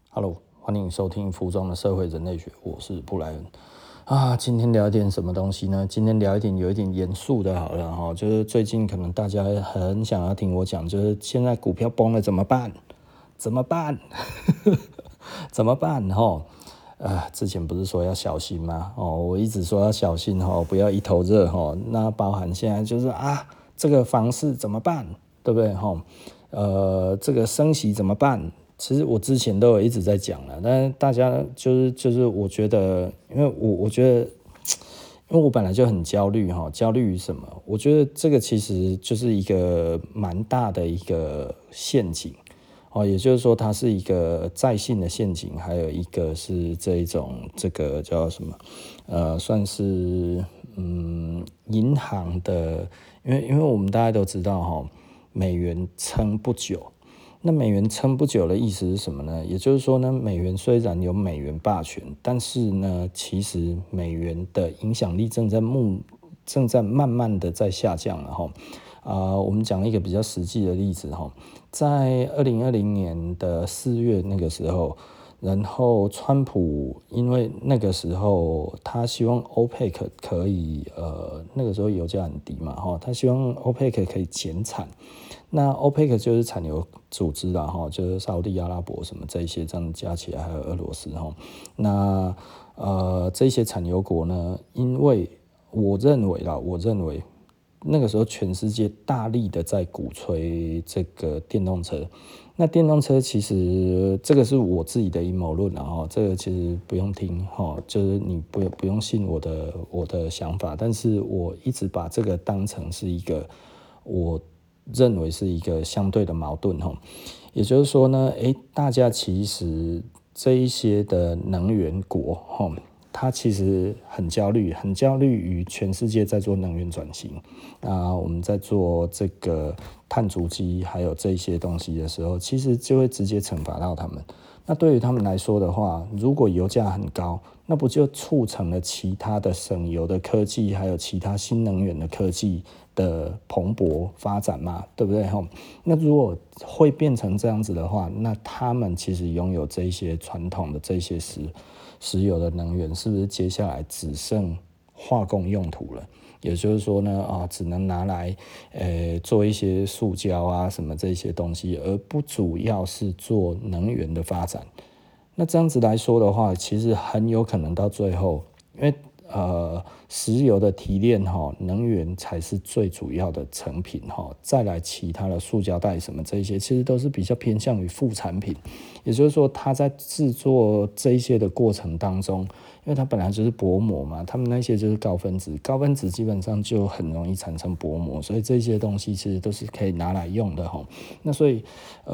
Hello，欢迎收听服装的社会人类学，我是布莱恩啊。今天聊一点什么东西呢？今天聊一点有一点严肃的，好了哈，就是最近可能大家很想要听我讲，就是现在股票崩了怎么办？怎么办？怎么办？哈，之前不是说要小心吗？我一直说要小心哈，不要一头热哈。那包含现在就是这个房市怎么办？对不对？哈，这个升息怎么办？其实我之前都有一直在讲了，但是大家就是我觉得，因为我觉得，因为我本来就很焦虑哈，焦虑于什么？我觉得这个其实就是一个蛮大的一个陷阱哦，也就是说它是一个在性的陷阱，还有一个是这个叫什么？算是银行的，因为我们大家都知道哈，美元撑不久。那美元撑不久的意思是什么呢？也就是说呢，美元虽然有美元霸权，但是呢，其实美元的影响力正在慢慢的在下降了哈。我们讲一个比较实际的例子哈，在2020年的4月那个时候，然后川普因为那个时候他希望 OPEC 可以那个时候油价很低嘛哈，他希望 OPEC 可以减产。那 OPEC 就是产油组织啦哈，就是沙烏地阿拉伯什么这一些这样加起来，还有俄罗斯哈。那这些产油国呢，因为我认为那个时候全世界大力的在鼓吹这个电动车。那电动车其实这个是我自己的阴谋论啦哈，这个其实不用听哈，就是你不用信我的想法，但是我一直把这个当成是一个我认为是一个相对的矛盾哈，也就是说呢，大家其实这一些的能源国哈，它其实很焦虑于全世界在做能源转型啊，我们在做这个碳足迹还有这些东西的时候，其实就会直接惩罚到他们。那对于他们来说的话，如果油价很高，那不就促成了其他的省油的科技，还有其他新能源的科技的蓬勃发展嘛，对不对？那如果会变成这样子的话，那他们其实拥有这些传统的这些石油的能源，是不是接下来只剩化工用途了？也就是说呢，只能拿来做一些塑胶啊什么这些东西，而不主要是做能源的发展。那这样子来说的话，其实很有可能到最后，因为石油的提炼能源才是最主要的成品再来其他的塑胶袋什么这些，其实都是比较偏向于副产品。也就是说，它在制作这一些的过程当中，因为它本来就是薄膜嘛，他们那些就是高分子基本上就很容易产生薄膜，所以这些东西其实都是可以拿来用的那所以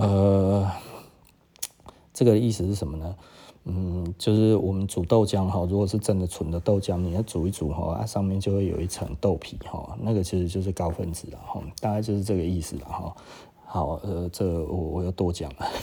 这个意思是什么呢？就是我们煮豆浆如果是真的纯的豆浆，你要煮一煮上面就会有一层豆皮那个其实就是高分子啦大概就是这个意思啦好，这我又多讲了。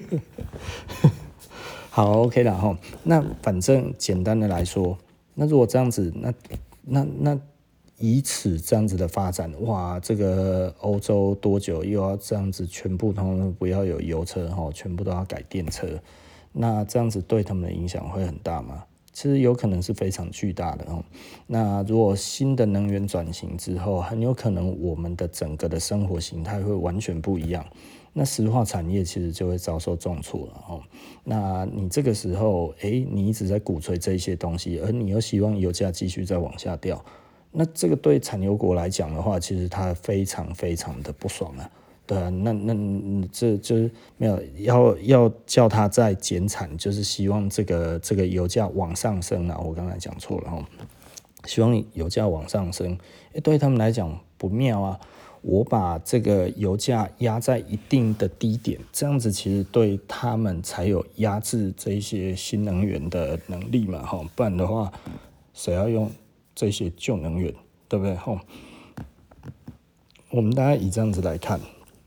好 ，OK 啦那反正简单的来说，那如果这样子，那以此这样子的发展，哇，这个欧洲多久又要这样子全部都不要有油车全部都要改电车？那这样子对他们的影响会很大吗？其实有可能是非常巨大的那如果新的能源转型之后，很有可能我们的整个的生活形态会完全不一样。那石化产业其实就会遭受重挫了那你这个时候，你一直在鼓吹这一些东西，而你又希望油价继续再往下掉，那这个对产油国来讲的话，其实它非常非常的不爽啊。对啊，那这就是没有要叫他再减产，就是希望这个油价往上升啊。我刚才讲错了希望油价往上升，对他们来讲不妙啊。我把这个油价压在一定的低点，这样子其实对他们才有压制这些新能源的能力嘛不然的话，谁要用这些旧能源，对不对我们大概以这样子来看。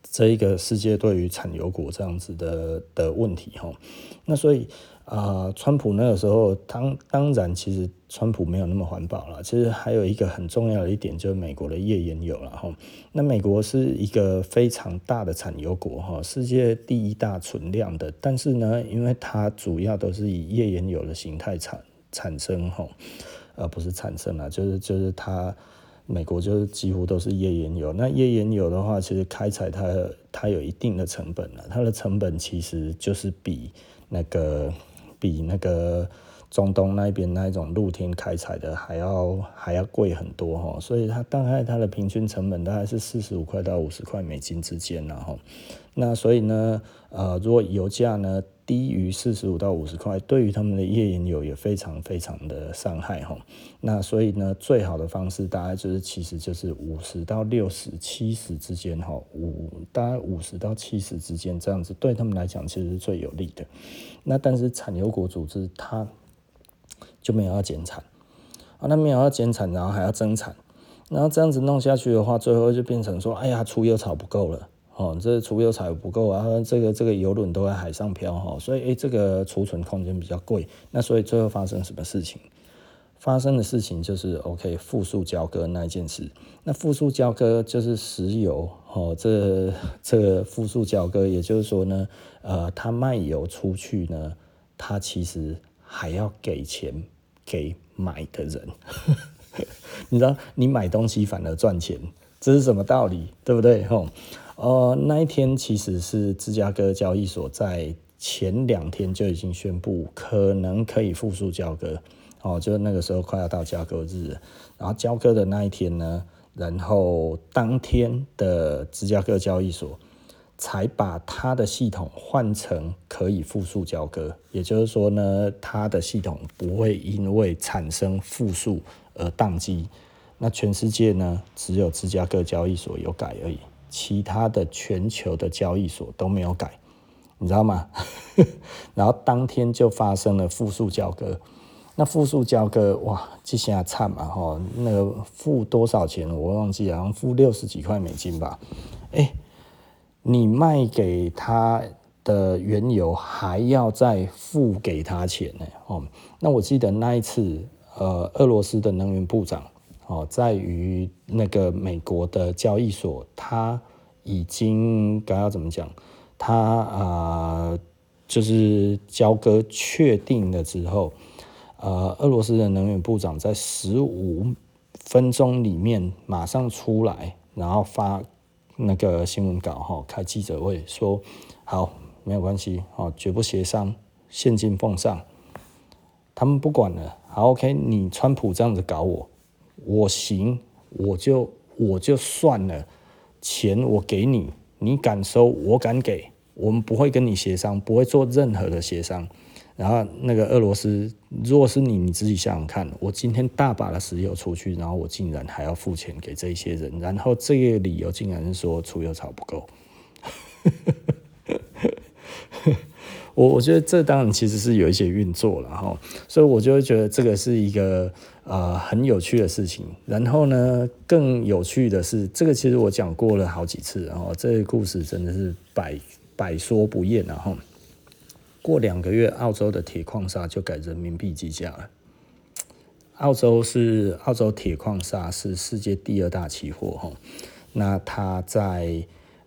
这一个世界对于产油国这样子的问题哈。那所以川普那个时候当然其实川普没有那么环保啦，其实还有一个很重要的一点就是美国的页岩油啦哈。那美国是一个非常大的产油国哈，世界第1大存量的，但是呢，因为它主要都是以页岩油的形态产生哈，不是产生啦，就是它。美国就是几乎都是页岩油，那页岩油的话，其实开采它有一定的成本了，它的成本其实就是比那个中东那边那一种露天开采的还要贵很多哈，所以它大概它的平均成本大概是45块到50块美金之间然后，那所以呢，如果油价呢低于45到50块，对于他们的页岩油也非常非常的伤害哈。那所以呢，最好的方式大概其实就是50到60、70之间哈，大概50到70之间这样子，对他们来讲其实是最有利的。那但是产油国组织它就没有要减产那没有要减产，然后还要增产，然后这样子弄下去的话，最后就变成说，哎呀，储油槽不够了。这储油槽不够啊，这个油轮都在海上漂所以这个储存空间比较贵，那所以最后发生什么事情？发生的事情就是OK 负数交割那一件事。那负数交割就是石油这个负数交割，也就是说呢，他卖油出去呢，他其实还要给钱给买的人，你知道，你买东西反而赚钱，这是什么道理？对不对？那一天其实是芝加哥交易所在前2天就已经宣布可能可以负数交割就是那个时候快要到交割日了，然后交割的那一天呢，然后当天的芝加哥交易所才把它的系统换成可以负数交割，也就是说呢，它的系统不会因为产生负数而宕机。那全世界呢，只有芝加哥交易所有改而已，其他的全球的交易所都没有改，你知道吗？然后当天就发生了负数交割。那负数交割，哇，这下惨嘛那个付多少钱我忘记了，好像付60几块美金吧。你卖给他的原油还要再付给他钱呢那我记得那一次，俄罗斯的能源部长在于那个美国的交易所，他已经该要怎么讲？他就是交割确定了之后，俄罗斯的能源部长在15分钟里面马上出来，然后发那个新闻稿开记者会说，好，没有关系绝不协商，现金奉上，他们不管了。好 ，OK， 你川普这样子搞我行，我就算了，钱我给你，你敢收我敢给，我们不会跟你协商，不会做任何的协商。然后那个俄罗斯，如果是你自己想想看，我今天大把的石油出去，然后我竟然还要付钱给这些人，然后这个理由竟然是说储油槽不够。我觉得这当然其实是有一些运作了所以我就会觉得这个是一个很有趣的事情。然后呢，更有趣的是，这个其实我讲过了好几次这个故事真的是百说不厌过2个月，澳洲的铁矿砂就改人民币计价了。澳洲铁矿砂是世界第2大期货那它在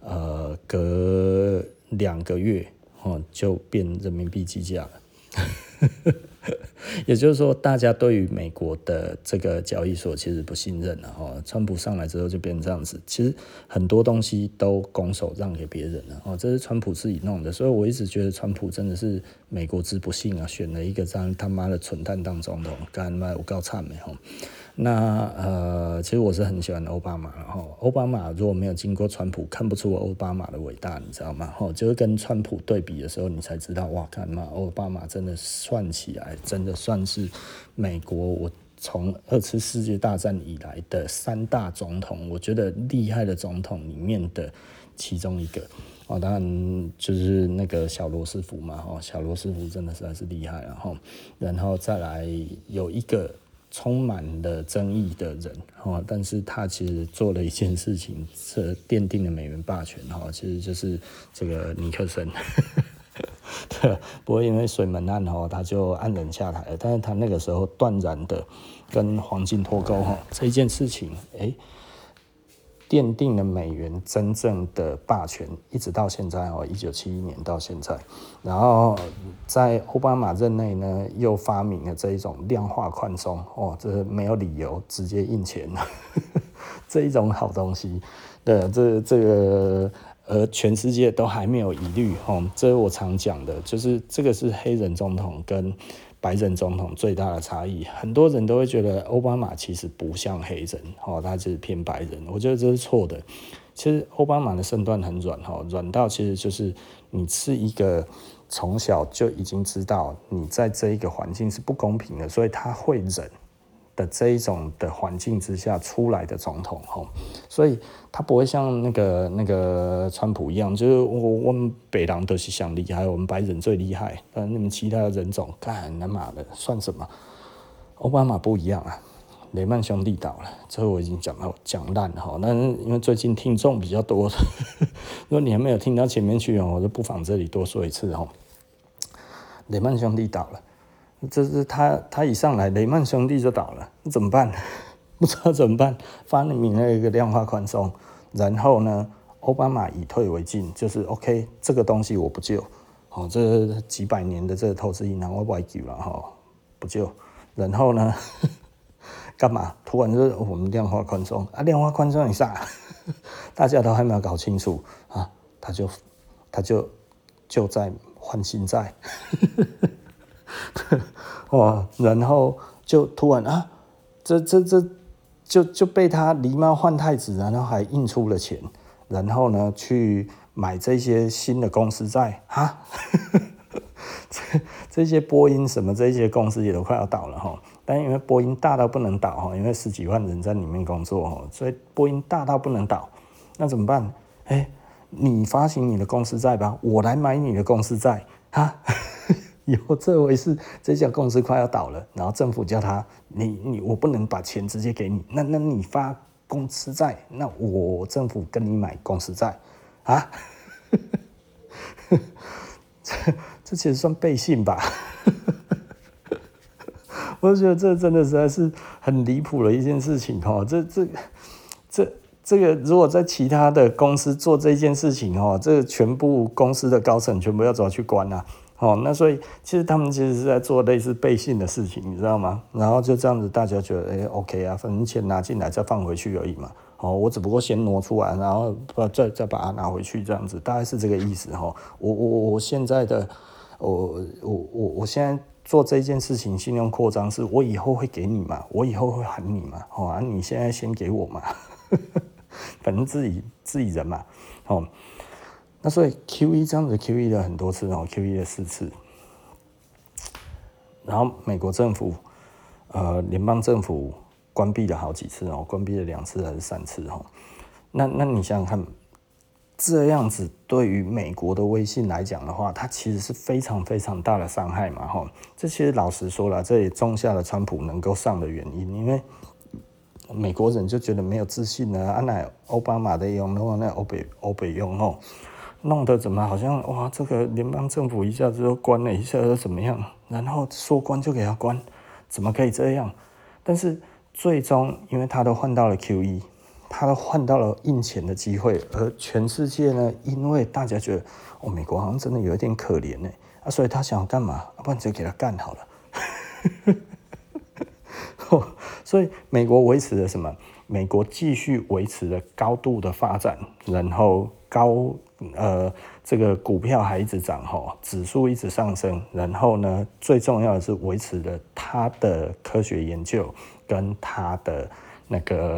隔2个月就变人民币计价了。也就是说，大家对于美国的这个交易所其实不信任了川普上来之后就变成这样子，其实很多东西都拱手让给别人了这是川普自己弄的，所以我一直觉得川普真的是美国之不幸选了一个这样他妈的蠢蛋当总统，干妈有够惨的那其实我是很喜欢奥巴马奥巴马如果没有经过川普，看不出奥巴马的伟大，你知道吗就是跟川普对比的时候，你才知道哇，干嘛奥巴马真的算起来真的算是美国我从2次世界大战以来的3大总统，我觉得厉害的总统里面的其中一个当然就是那个小罗斯福嘛小罗斯福真的实在是厉害然后再来有一个充满了争议的人但是他其实做了一件事情，是奠定了美元霸权其实就是这个尼克森。对，不过因为水门案他就黯然下台了，但是他那个时候断然的跟黄金脱钩这一件事情，奠定了美元真正的霸权，一直到现在1971年到现在。然后在奥巴马任内呢，又发明了这一种量化宽松这没有理由直接印钱这一种好东西。对，这个全世界都还没有疑虑这是我常讲的，就是这个是黑人总统跟白人总统最大的差异。很多人都会觉得奥巴马其实不像黑人他是偏白人，我觉得这是错的。其实奥巴马的身段很软软到其实就是你是一个从小就已经知道你在这一个环境是不公平的，所以他会忍的这一种的环境之下出来的总统所以他不会像那个川普一样，就是我们北人都是想厉害，我们白人最厉害，你们其他的人种干他妈的算什么？奥巴马不一样啊，雷曼兄弟倒了，这我已经讲烂了但是因为最近听众比较多，如果你还没有听到前面去我就不妨这里多说一次雷曼兄弟倒了。这是他一上来，雷曼兄弟就倒了，那怎么办？不知道怎么办，发明了一个量化宽松，然后呢，奥巴马以退为进，就是 OK， 这个东西我不救，这几百年的这个投资银行我不救了不救，然后呢，干嘛？突然就是我们量化宽松量化宽松一下，大家都还没有搞清楚他就在换新债。然后就突然就被他狸猫换太子，然后还印出了钱，然后呢去买这些新的公司债这些波音什么这些公司也都快要倒了但因为波音大到不能倒因为10几万人在里面工作所以波音大到不能倒，那怎么办？你发行你的公司债吧，我来买你的公司债有这回事，这家公司快要倒了，然后政府叫他我不能把钱直接给你，那你发公司债，那我政府跟你买公司债这其实算背信吧我觉得这真的实在是很离谱的一件事情这个如果在其他的公司做这件事情这全部公司的高层全部要抓去关那所以其实他们其实是在做类似背信的事情，你知道吗？然后就这样子，大家觉得OK 反正钱拿进来再放回去而已嘛。我只不过先挪出来，然后再把它拿回去，这样子大概是这个意思我现在的我现在做这件事情，信用扩张是我以后会给你嘛，我以后会还你嘛，你现在先给我嘛，反正自己人嘛，那所以 QE 这样子 QE 了很多次QE 了4次，然后美国政府联邦政府关闭了好几次关闭了2次还是3次那你想想看，这样子对于美国的威信来讲的话，它其实是非常非常大的伤害嘛这其实老实说了，这也种下了川普能够上的原因，因为美国人就觉得没有自信了那奥巴马的用那欧北用弄得怎么好像哇，这个联邦政府一下子就关了，一下子怎么样，然后说关就给他关，怎么可以这样？但是最终因为他都换到了 QE， 他都换到了印钱的机会，而全世界呢，因为大家觉得美国好像真的有一点可怜所以他想要干嘛？不然就给他干好了所以美国维持了什么？美国继续维持了高度的发展，然后这个股票还一直涨指数一直上升，然后呢，最重要的是维持了它的科学研究跟它的那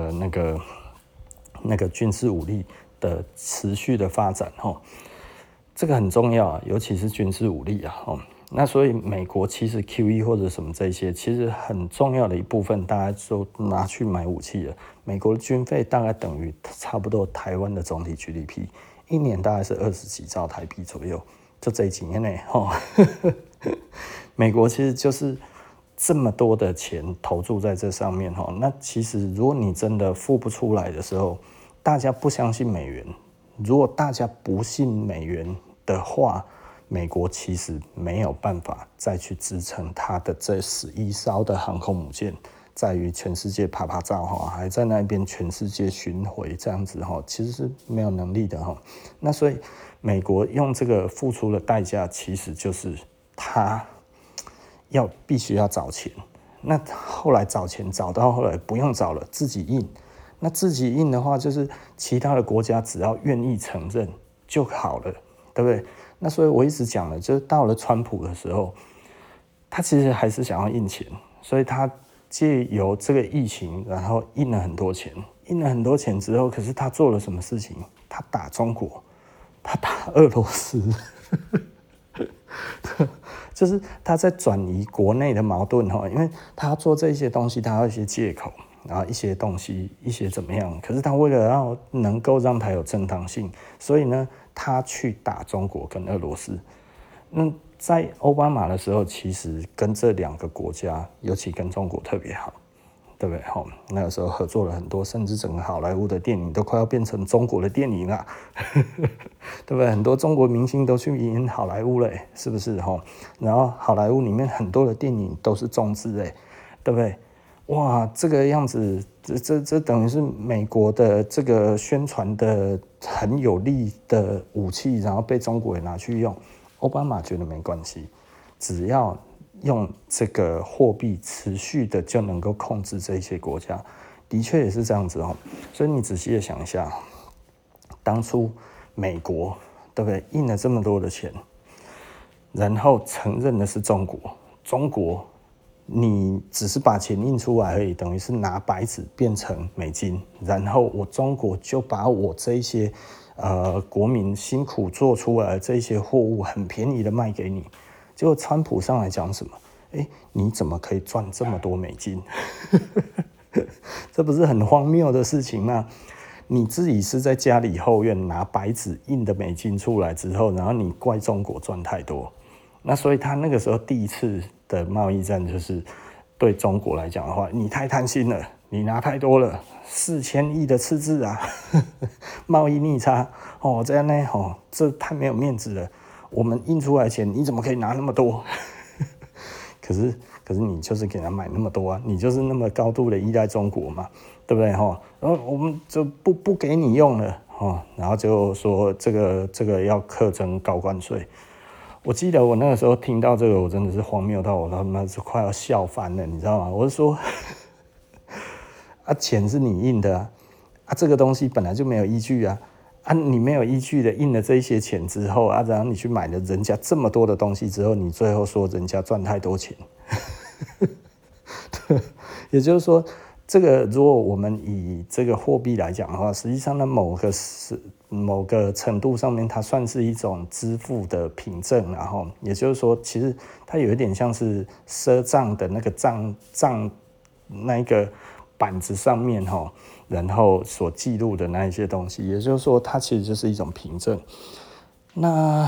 个军事武力的持续的发展这个很重要尤其是军事武力那所以美国其实 QE 或者什么这些，其实很重要的一部分，大家都拿去买武器了。美国的军费大概等于差不多台湾的总体 GDP， 一年大概是20几兆台币左右，就这几年内美国其实就是这么多的钱投注在这上面那其实如果你真的付不出来的时候，大家不相信美元，如果大家不信美元的话，美国其实没有办法再去支撑它的这11艘的航空母舰，在于全世界啪啪照还在那边全世界巡回这样子其实是没有能力的那所以美国用这个付出的代价，其实就是他必须要找钱。那后来找钱找到后来不用找了，自己印。那自己印的话，就是其他的国家只要愿意承认就好了，对不对？那所以我一直讲了，就是到了川普的时候，他其实还是想要印钱，所以他借由这个疫情，然后印了很多钱。印了很多钱之后，可是他做了什么事情？他打中国，他打俄罗斯。就是他在转移国内的矛盾因为他做这些东西，他要一些借口，然后一些东西，一些怎么样？可是他为了要能够让他有正当性，所以呢，他去打中国跟俄罗斯。那在奥巴马的时候，其实跟这2个国家，尤其跟中国特别好。对不对？那个时候合作了很多，甚至整个好莱坞的电影都快要变成中国的电影了，对不对？很多中国明星都去演好莱坞了，是不是？然后好莱坞里面很多的电影都是中资，对不对？哇，这个样子，这等于是美国的这个宣传的很有力的武器，然后被中国也拿去用。奥巴马觉得没关系，只要用这个货币持续的就能够控制这些国家，的确也是这样子所以你仔细的想一下，当初美国对不对印了这么多的钱，然后承认的是中国你只是把钱印出来而已，等于是拿白纸变成美金，然后我中国就把我这些国民辛苦做出来的这些货物很便宜的卖给你。结果川普上来讲什么？你怎么可以赚这么多美金？这不是很荒谬的事情吗？你自己是在家里后院拿白纸印的美金出来之后，然后你怪中国赚太多。那所以他那个时候第一次的贸易战，就是对中国来讲的话，你太贪心了，你拿太多了，4000亿的赤字啊，贸易逆差这样呢这太没有面子了。我们印出来的钱，你怎么可以拿那么多？可是你就是给他买那么多啊，你就是那么高度的依赖中国嘛，对不对然后我们就不给你用了然后就说这个要课征高关税。我记得我那个时候听到这个，我真的是荒谬到我他妈是快要笑翻了，你知道吗？我是说，钱是你印的这个东西本来就没有依据你没有依据的印了这些钱之后然后你去买了人家这么多的东西之后，你最后说人家赚太多钱，也就是说，这个如果我们以这个货币来讲的话，实际上呢某个程度上面，它算是一种支付的凭证，然后也就是说，其实它有一点像是赊账的那个账那一个板子上面然后所记录的那一些东西，也就是说，它其实就是一种凭证。那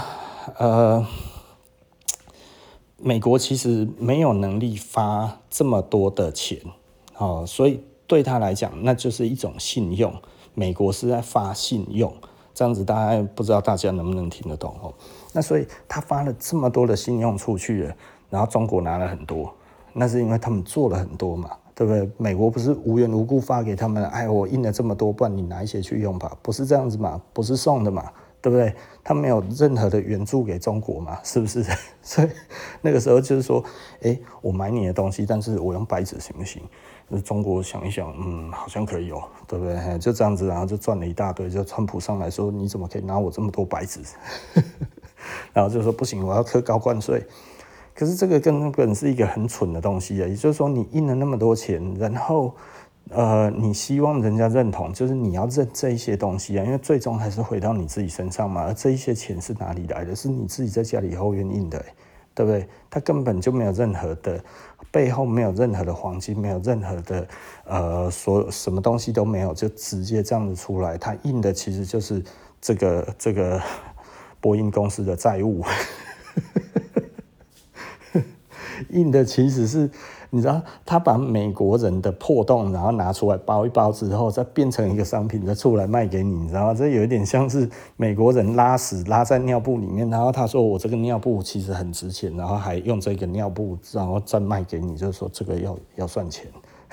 美国其实没有能力发这么多的钱所以对他来讲，那就是一种信用。美国是在发信用，这样子大家不知道大家能不能听得懂那所以他发了这么多的信用出去了，然后中国拿了很多，那是因为他们做了很多嘛，对不对？美国不是无缘无故发给他们，我印了这么多，不然你拿一些去用吧，不是这样子嘛，不是送的嘛，对不对？他没有任何的援助给中国嘛，是不是？所以那个时候就是说，我买你的东西，但是我用白纸行不行？那中国想一想，好像可以对不对？就这样子，然后就赚了一大堆。就川普上来说，你怎么可以拿我这么多白纸？然后就说不行，我要课高关税。可是这个根本是一个很蠢的东西也就是说，你印了那么多钱，然后你希望人家认同，就是你要认这一些东西因为最终还是回到你自己身上嘛。而这一些钱是哪里来的？是你自己在家里后院印的对不对？它根本就没有任何的背后，没有任何的黄金，没有任何的什么东西都没有，就直接这样子出来。它印的其实就是这个波音公司的债务。 印的其实是，你知道，他把美国人的破洞，然后拿出来包一包之后，再变成一个商品，再出来卖给你，你知道吗？这有一点像是美国人拉屎拉在尿布里面，然后他说我这个尿布其实很值钱，然后还用这个尿布，然后再卖给你，就是说这个要算钱。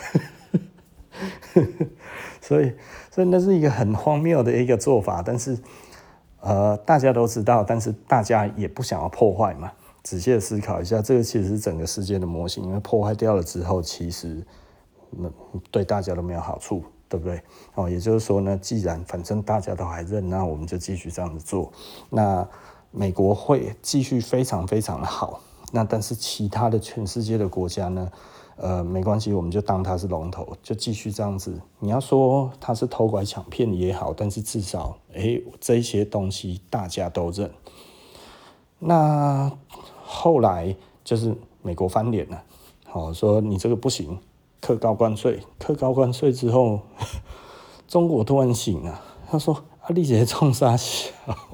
所以那是一个很荒谬的一个做法，但是大家都知道，但是大家也不想要破坏嘛。仔细的思考一下，这个其实是整个世界的模型，因为破坏掉了之后，其实对大家都没有好处，对不对？也就是说呢，既然反正大家都还认，那我们就继续这样子做。那美国会继续非常非常的好，那但是其他的全世界的国家呢？没关系，我们就当它是龙头，就继续这样子。你要说它是偷拐抢骗也好，但是至少，这些东西大家都认。那后来就是美国翻脸了，说你这个不行，课高关税，课高关税之后，中国突然醒了，他说你这冲啥小？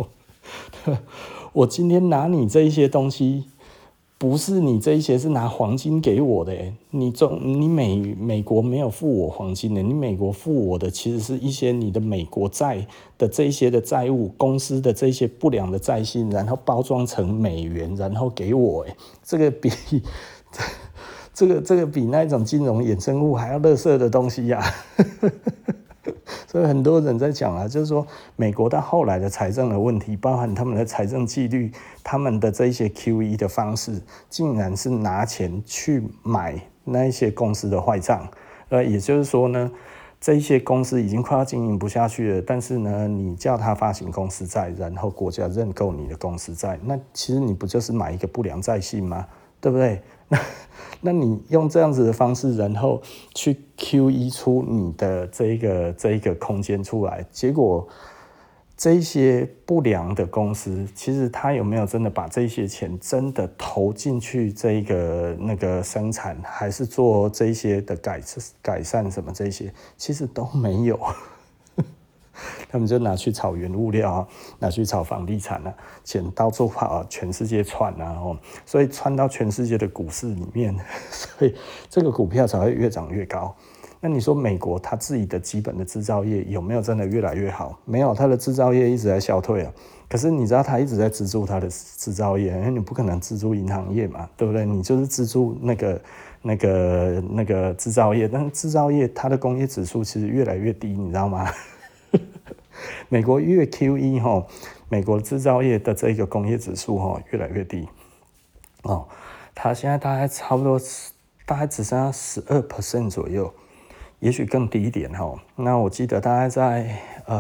我今天拿你这一些东西。不是你这一些是拿黄金给我的你美国没有付我黄金的，你美国付我的其实是一些你的美国债的这一些的债务，公司的这些不良的债信，然后包装成美元，然后给我这个比这个比那种金融衍生物还要垃圾的东西呀。所以很多人在讲就是说美国到后来的财政的问题，包含他们的财政纪律，他们的这一些 QE 的方式，竟然是拿钱去买那一些公司的坏账。也就是说呢，这一些公司已经快要经营不下去了，但是呢，你叫他发行公司债，然后国家认购你的公司债，那其实你不就是买一个不良债信吗？对不对？那你用这样子的方式，然后去 QE 出你的这一个空间出来，结果这些不良的公司，其实他有没有真的把这些钱真的投进去这个那个生产，还是做这些的改善什么这些，其实都没有。他们就拿去炒原物料拿去炒房地产钱到处跑全世界窜所以窜到全世界的股市里面，所以这个股票才会越涨越高。那你说美国它自己的基本的制造业有没有真的越来越好？没有，它的制造业一直在消退可是你知道它一直在资助它的制造业，因为你不可能资助银行业嘛，对不对？你就是资助那个制造业，但是制造业它的工业指数其实越来越低，你知道吗？美国越 QE 美国制造业的这个工业指数越来越低它现在大概差不多大概只剩下12% 左右，也许更低一点那我记得大概在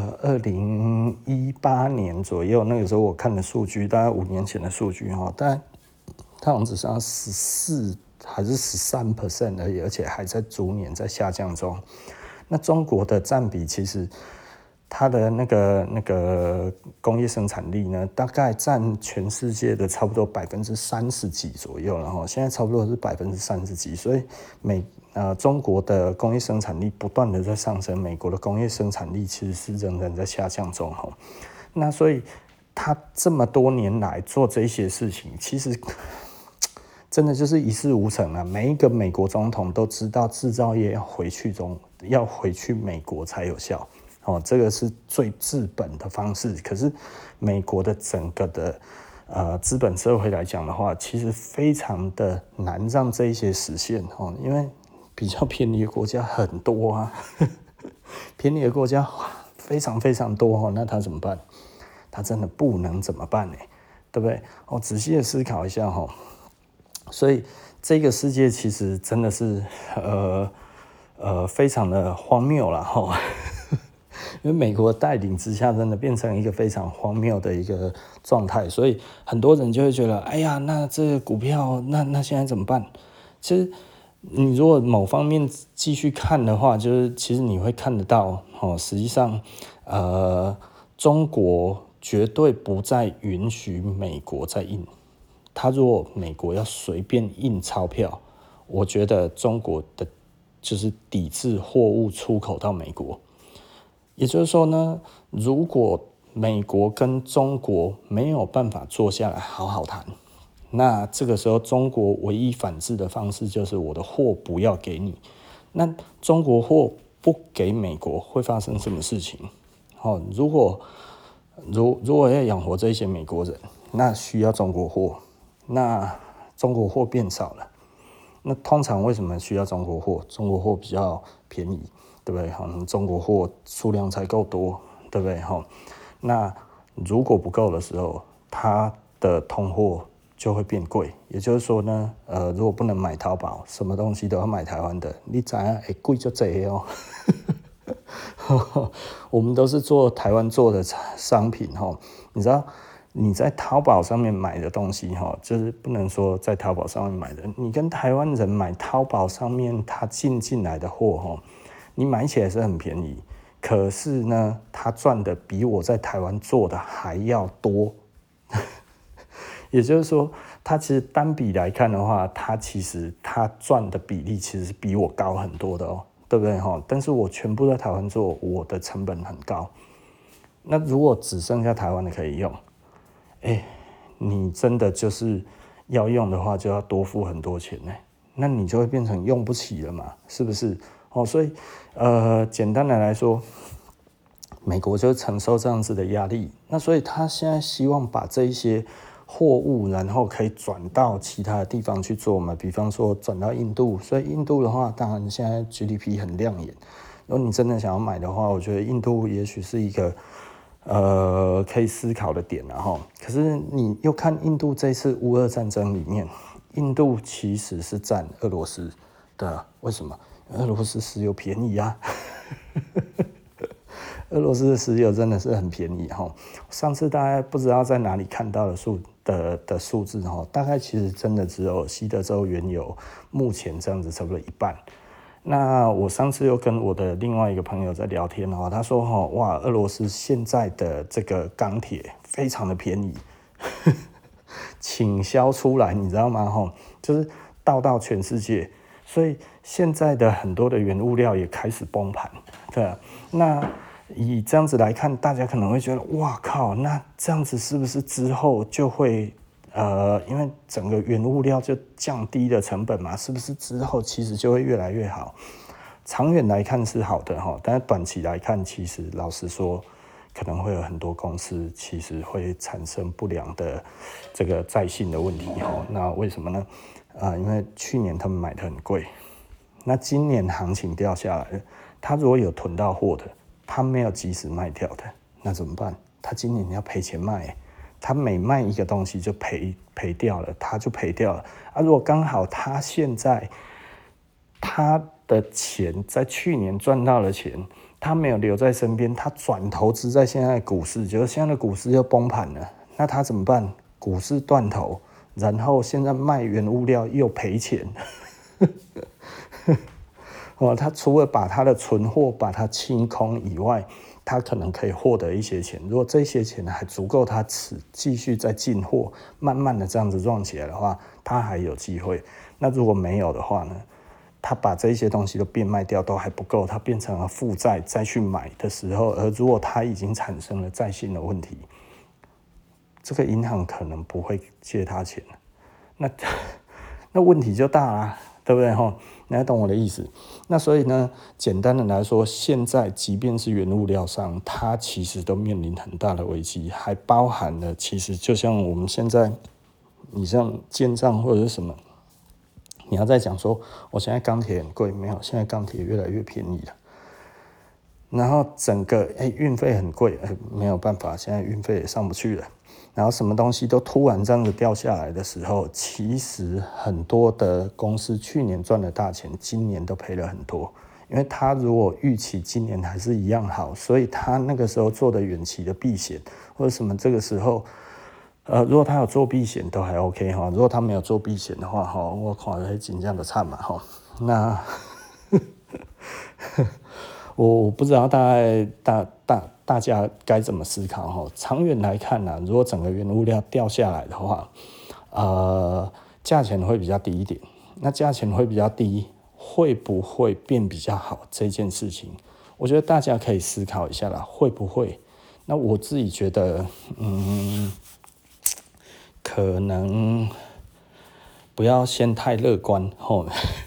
2018年左右，那个时候我看的数据，大概5年前的数据大概它好像只剩下14还是13% 而已，而且还在逐年在下降中。那中国的占比其实它的那个工业生产力呢，大概占全世界的差不多30%几左右了现在差不多是30%几，所以中国的工业生产力不断的在上升，美国的工业生产力其实是仍然在下降中那所以他这么多年来做这些事情，其实真的就是一事无成每一个美国总统都知道制造业要回去美国才有效这个是最治本的方式。可是美国的整个的资本社会来讲的话，其实非常的难让这一些实现因为比较便宜的国家很多便宜的国家非常非常多那他怎么办？他真的不能怎么办对不对？仔细的思考一下所以这个世界其实真的是非常的荒谬啦因为美国带领之下，真的变成一个非常荒谬的一个状态，所以很多人就会觉得，哎呀，那这个股票，那现在怎么办？其实你如果某方面继续看的话，就是其实你会看得到，实际上，中国绝对不再允许美国再印。他如果美国要随便印钞票，我觉得中国的就是抵制货物出口到美国。也就是说呢，如果美国跟中国没有办法坐下来好好谈， 那这个时候中国唯一反制的方式就是我的货不要给你。那中国货不给美国会发生什么事情？如果要养活这些美国人，那需要中国货，那中国货变少了。那通常为什么需要中国货？中国货比较便宜，对不对？中国货数量才够多，对不对？那如果不够的时候，它的通货就会变贵。也就是说呢，如果不能买淘宝，什么东西都要买台湾的，你知道会贵就这哦。我们都是做台湾做的商品，你知道你在淘宝上面买的东西，就是不能说在淘宝上面买的，你跟台湾人买淘宝上面他进来的货，你买起来是很便宜，可是呢，他赚的比我在台湾做的还要多。也就是说，他其实单笔来看的话，他赚的比例其实是比我高很多的哦。对不对？但是我全部在台湾做，我的成本很高。那如果只剩下台湾的可以用，你真的就是要用的话，就要多付很多钱呢。那你就会变成用不起了嘛，是不是？所以简单的来说，美国就承受这样子的压力。那所以他现在希望把这一些货物，然后可以转到其他的地方去做嘛，比方说转到印度，所以印度的话，当然现在 GDP 很亮眼。如果你真的想要买的话，我觉得印度也许是一个可以思考的点啊。可是你又看印度这次乌俄战争里面，印度其实是占俄罗斯的，为什么？俄罗斯石油便宜啊。俄罗斯的石油真的是很便宜哈，上次大概不知道在哪里看到的数字哈，大概其实真的只有西德州原油目前这样子差不多一半。那我上次又跟我的另外一个朋友在聊天哈，他说哇，俄罗斯现在的这个钢铁非常的便宜，倾销出来，你知道吗？就是到全世界，所以现在的很多的原物料也开始崩盘，对啊，那以这样子来看，大家可能会觉得哇靠，那这样子是不是之后就会因为整个原物料就降低了成本嘛，是不是之后其实就会越来越好？长远来看是好的，但是短期来看，其实老实说，可能会有很多公司其实会产生不良的这个债信的问题。那为什么呢？因为去年他们买的很贵，那今年行情掉下来了，他如果有囤到货的，他没有及时卖掉的，那怎么办？他今年要赔钱卖，他每卖一个东西就赔掉了，他就赔掉了。如果刚好他现在他的钱在去年赚到了钱，他没有留在身边，他转投资在现在的股市，结果现在的股市又崩盘了，那他怎么办？股市断头，然后现在卖原物料又赔钱。他除了把他的存货把它清空以外，他可能可以获得一些钱。如果这些钱还足够他继续再进货，慢慢的这样子赚起来的话，他还有机会。那如果没有的话呢？他把这些东西都变卖掉都还不够，他变成了负债再去买的时候，而如果他已经产生了债信的问题，这个银行可能不会借他钱，那问题就大啦，对不对？你还懂我的意思？那所以呢，简单的来说，现在即便是原物料上，它其实都面临很大的危机，还包含了其实就像我们现在，你像建账或者是什么。你要再讲说，我现在钢铁很贵，没有，现在钢铁越来越便宜了。然后整个运费很贵，没有办法，现在运费也上不去了。然后什么东西都突然这样子掉下来的时候，其实很多的公司去年赚了大钱，今年都赔了很多。因为他如果预期今年还是一样好，所以他那个时候做的远期的避险或者什么，这个时候。如果他有做避险都还 OK 哈，如果他没有做避险的话哈，我看会真正的惨嘛哈。那我不知道大家该怎么思考哈。长远来看呢，如果整个原物料掉下来的话，价钱会比较低一点。那价钱会比较低，会不会变比较好这件事情，我觉得大家可以思考一下啦，会不会？那我自己觉得，可能不要先太乐观吼。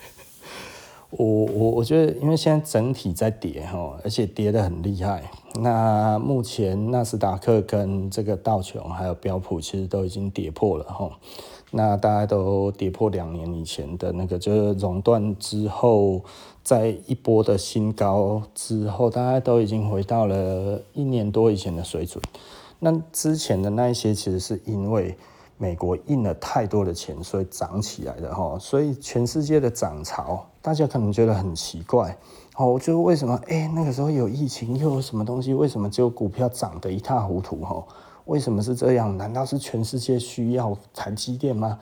我觉得，因为现在整体在跌吼，而且跌得很厉害。那目前纳斯达克跟这个道琼还有标普其实都已经跌破了吼。那大家都跌破2年以前的那个，就是熔断之后，在一波的新高之后，大家都已经回到了1年多以前的水准。那之前的那一些其实是因为美国印了太多的钱，所以涨起来的哈。所以全世界的涨潮，大家可能觉得很奇怪哦，就为什么那个时候有疫情，又有什么东西，为什么只有股票涨得一塌糊涂哈？为什么是这样？难道是全世界需要台积电吗？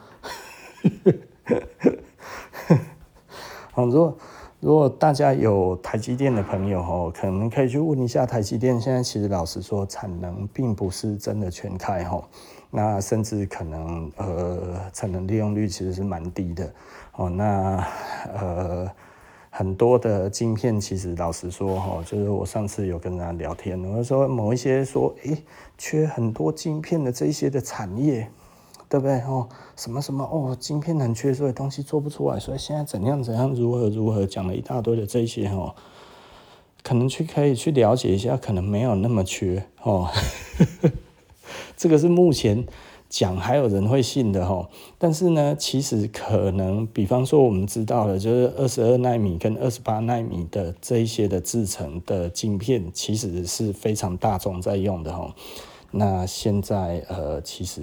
好，如果大家有台积电的朋友哦，可能可以去问一下台积电。现在其实老实说，产能并不是真的全开哈，那甚至可能产能利用率其实是蛮低的哦。那很多的晶片其实老实说哈，就是我上次有跟人家聊天，我说某一些说缺很多晶片的这一些的产业。对不对哦？什么哦，晶片很缺，所以东西做不出来，所以现在怎样如何讲了一大堆的这些哦，可能可以去了解一下，可能没有那么缺哦。这个是目前讲还有人会信的哦。但是呢，其实可能，比方说我们知道了，就是22奈米跟28奈米的这一些的制程的晶片，其实是非常大众在用的哦。那现在其实。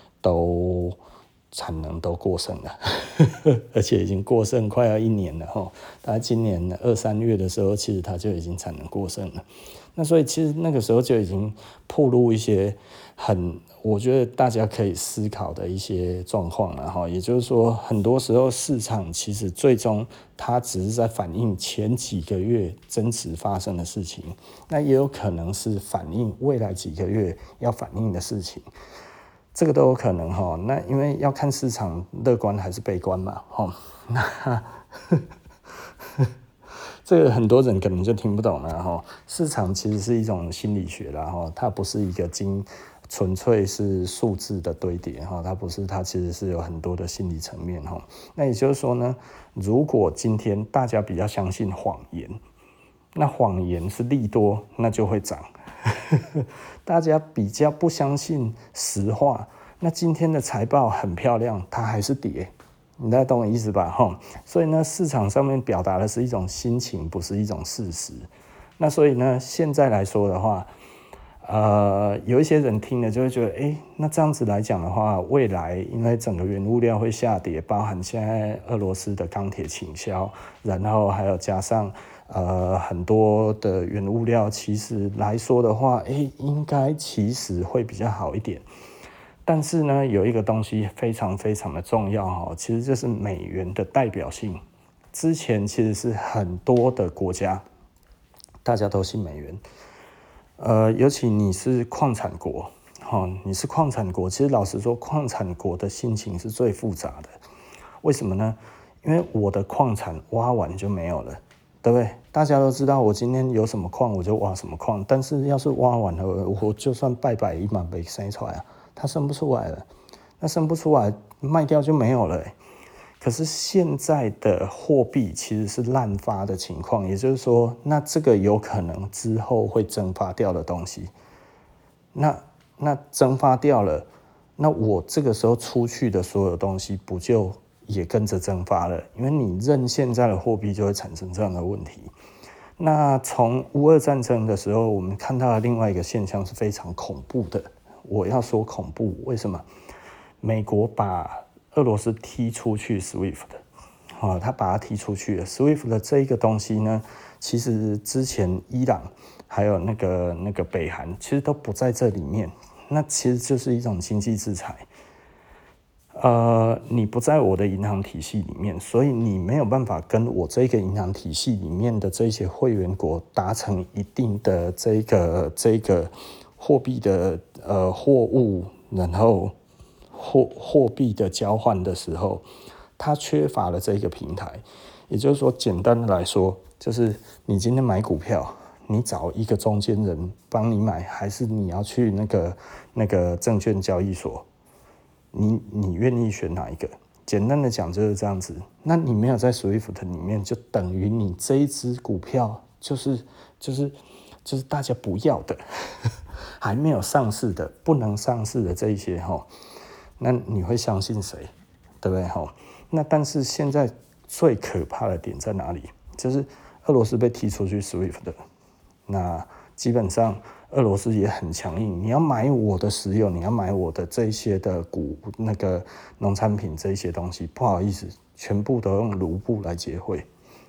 产能都过剩了，而且已经过剩快要1年了哈。大概今年2、3月的时候，其实它就已经产能过剩了。那所以其实那个时候就已经暴露一些我觉得大家可以思考的一些状况了哈。也就是说，很多时候市场其实最终它只是在反映前几个月真实发生的事情，那也有可能是反映未来几个月要反映的事情。这个都有可能哈，那因为要看市场乐观还是悲观嘛，那这个很多人可能就听不懂了哈。市场其实是一种心理学啦哈，它不是一个纯粹是数字的堆叠哈，它不是，它其实是有很多的心理层面哈。那也就是说呢，如果今天大家比较相信谎言，那谎言是利多，那就会涨。大家比较不相信实话，那今天的财报很漂亮，它还是跌，你大家懂我意思吧？所以呢，市场上面表达的是一种心情，不是一种事实。那所以呢，现在来说的话，有一些人听了就会觉得，那这样子来讲的话，未来因为整个原物料会下跌，包含现在俄罗斯的钢铁倾销，然后还有加上很多的原物料，其实来说的话，应该其实会比较好一点。但是呢，有一个东西非常非常的重要哈，其实就是美元的代表性。之前其实是很多的国家，大家都信美元。尤其你是矿产国，你是矿产国，其实老实说，矿产国的心情是最复杂的。为什么呢？因为我的矿产挖完就没有了，对不对？大家都知道，我今天有什么矿我就挖什么矿，但是要是挖完了，我就算拜一嘛没生出来啊，它生不出来了，那生不出来卖掉就没有了。可是现在的货币其实是滥发的情况，也就是说，那这个有可能之后会蒸发掉的东西，那蒸发掉了，那我这个时候出去的所有东西不就也跟着蒸发了？因为你认现在的货币就会产生这样的问题。那从乌俄战争的时候，我们看到的另外一个现象是非常恐怖的。我要说恐怖，为什么？美国把俄罗斯踢出去 SWIFT 的，他把它踢出去了。SWIFT 的这一个东西呢，其实之前伊朗还有那个北韩，其实都不在这里面。那其实就是一种经济制裁。你不在我的银行体系里面，所以你没有办法跟我这个银行体系里面的这些会员国达成一定的这个货币的货物，然后货币的交换的时候，它缺乏了这个平台。也就是说，简单的来说，就是你今天买股票，你找一个中间人帮你买，还是你要去那个证券交易所？你愿意选哪一个？ 简单的讲就是这样子。那你没有在 SWIFT 里面，就等于你这一支股票就是大家不要的，还没有上市的、不能上市的这一些那你会相信谁？对不对那但是现在最可怕的点在哪里？就是俄罗斯被踢出去 SWIFT 的，那基本上俄罗斯也很强硬，你要买我的石油，你要买我的这一些的那个农产品这一些东西，不好意思，全部都用卢布来结汇。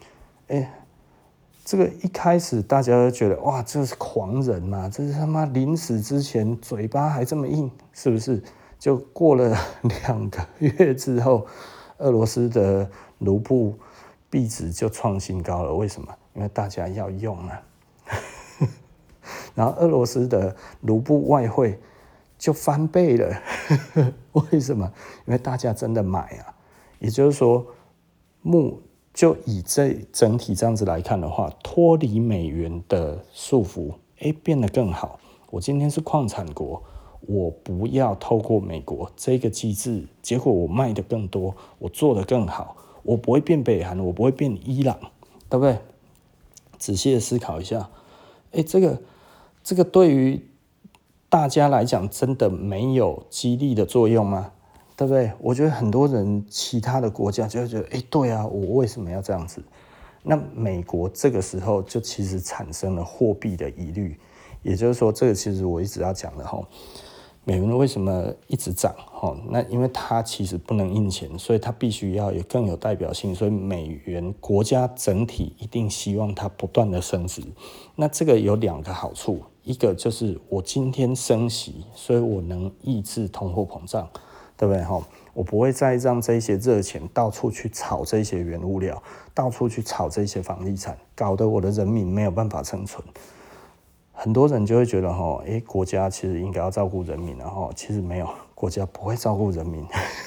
这个一开始大家都觉得哇，这是狂人嘛，这是他妈临死之前嘴巴还这么硬，是不是？就过了2个月之后，俄罗斯的卢布币值就创新高了。为什么？因为大家要用啊。然后俄罗斯的卢布外汇就翻倍了。为什么？因为大家真的买啊。也就是说，就以整体这样子来看的话，脱离美元的束缚，变得更好。我今天是矿产国，我不要透过美国这个机制，结果我卖的更多，我做的更好，我不会变北韩，我不会变伊朗，对不对？仔细的思考一下，这个对于大家来讲，真的没有激励的作用吗？对不对？我觉得很多人其他的国家就会觉得，对啊，我为什么要这样子？那美国这个时候就其实产生了货币的疑虑，也就是说，这个其实我一直要讲的美元为什么一直涨？那因为它其实不能印钱，所以它必须要更有代表性，所以美元国家整体一定希望它不断的升值。那这个有2个好处，一个就是我今天升息，所以我能抑制通货膨胀。对不对我不会再让这些热钱到处去炒这些原物料，到处去炒这些房地产，搞得我的人民没有办法生存。很多人就会觉得国家其实应该要照顾人民，其实没有，国家不会照顾人民。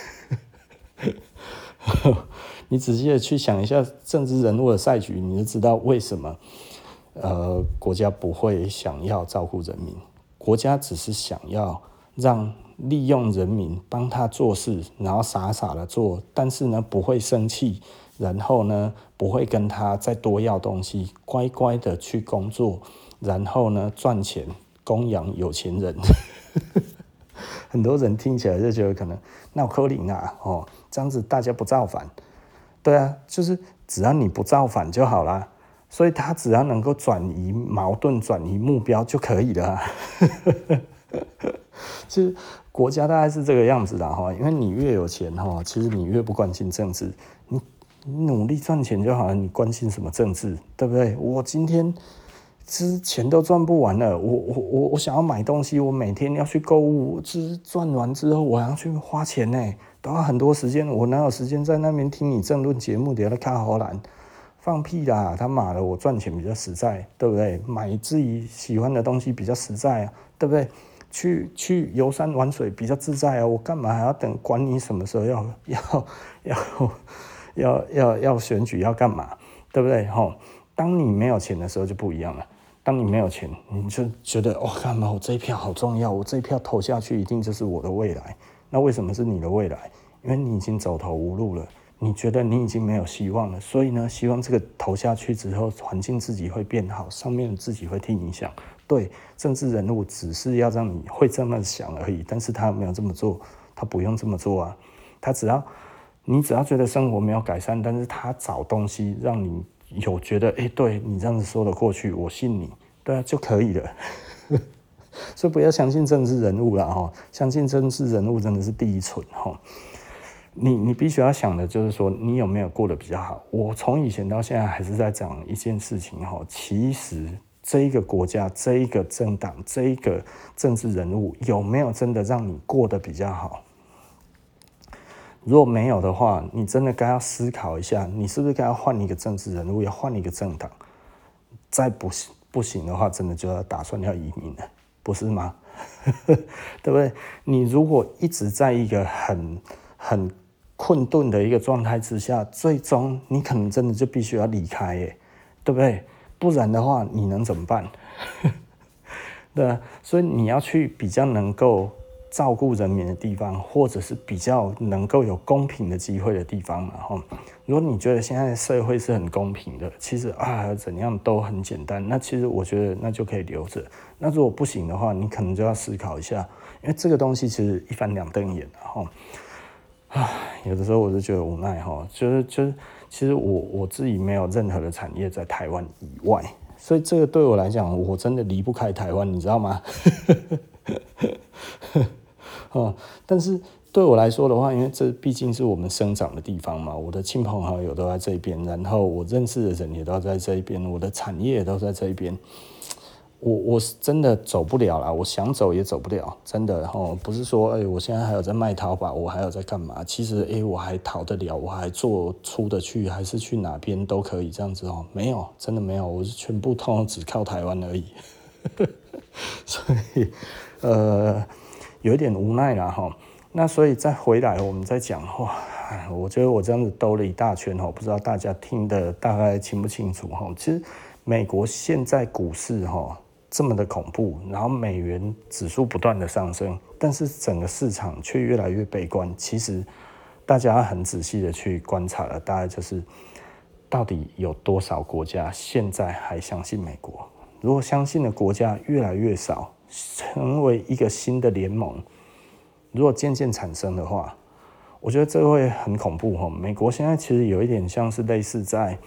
你仔细的去想一下政治人物的赛局，你就知道为什么国家不会想要照顾人民，国家只是想要利用人民帮他做事，然后傻傻的做，但是呢不会生气，然后呢不会跟他再多要东西，乖乖的去工作，然后呢赚钱供养有钱人。很多人听起来就觉得可能闹可怜啊这样子大家不造反。对啊，就是只要你不造反就好啦，所以他只要能够转移矛盾、转移目标就可以了其实国家大概是这个样子的因为你越有钱其实你越不关心政治，你努力赚钱就好了，你关心什么政治？对不对？我今天钱都赚不完了，我想要买东西，我每天要去购物，赚完之后我还要去花钱呢，都要很多时间，我哪有时间在那边听你政论节目在那看荷兰？放屁啦！他妈的，我赚钱比较实在，对不对？买自己喜欢的东西比较实在啊，对不对？去游山玩水比较自在啊，我干嘛还要管你什么时候要选举要干嘛，对不对？当你没有钱的时候就不一样了。当你没有钱，你就觉得干嘛我这一票好重要，我这一票投下去一定就是我的未来。那为什么是你的未来？因为你已经走投无路了，你觉得你已经没有希望了，所以呢，希望这个投下去之后，环境自己会变好，上面自己会替你想。对，政治人物只是要让你会这么想而已，但是他没有这么做，他不用这么做啊。你只要觉得生活没有改善，但是他找东西让你有觉得，对你这样子说得过去，我信你，对啊，就可以了。所以不要相信政治人物啦相信政治人物真的是第一蠢你必须要想的就是说，你有没有过得比较好？我从以前到现在还是在讲一件事情其实这一个国家、这一个政党、这一个政治人物有没有真的让你过得比较好？如果没有的话，你真的该要思考一下，你是不是该要换一个政治人物，要换一个政党？再不行的话，真的就要打算要移民了，不是吗？对不对？你如果一直在一个很困顿的一个状态之下，最终你可能真的就必须要离开对不对？不然的话，你能怎么办？对啊，所以你要去比较能够照顾人民的地方，或者是比较能够有公平的机会的地方嘛。如果你觉得现在的社会是很公平的，其实怎样都很简单，那其实我觉得那就可以留着。那如果不行的话，你可能就要思考一下，因为这个东西其实一翻两瞪眼有的时候我就觉得无奈就是其实我自己没有任何的产业在台湾以外，所以这个对我来讲，我真的离不开台湾，你知道吗？但是对我来说的话，因为这毕竟是我们生长的地方嘛，我的亲朋好友都在这边，然后我认识的人也都在这一边，我的产业也都在这一边。我是真的走不了啦，我想走也走不了，真的不是说我现在还有在卖淘宝，我还有在干嘛？其实我还逃得了，我还做出得去，还是去哪边都可以这样子没有，真的没有，我是全部通通只靠台湾而已。所以有一点无奈啦那所以再回来我们再讲我觉得我这样子兜了一大圈不知道大家听得大概清不清楚其实美国现在股市这么的恐怖，然后美元指数不断的上升，但是整个市场却越来越悲观。其实大家很仔细的去观察了，大概就是到底有多少国家现在还相信美国？如果相信的国家越来越少，成为一个新的联盟，如果渐渐产生的话，我觉得这会很恐怖美国现在其实有一点像是类似在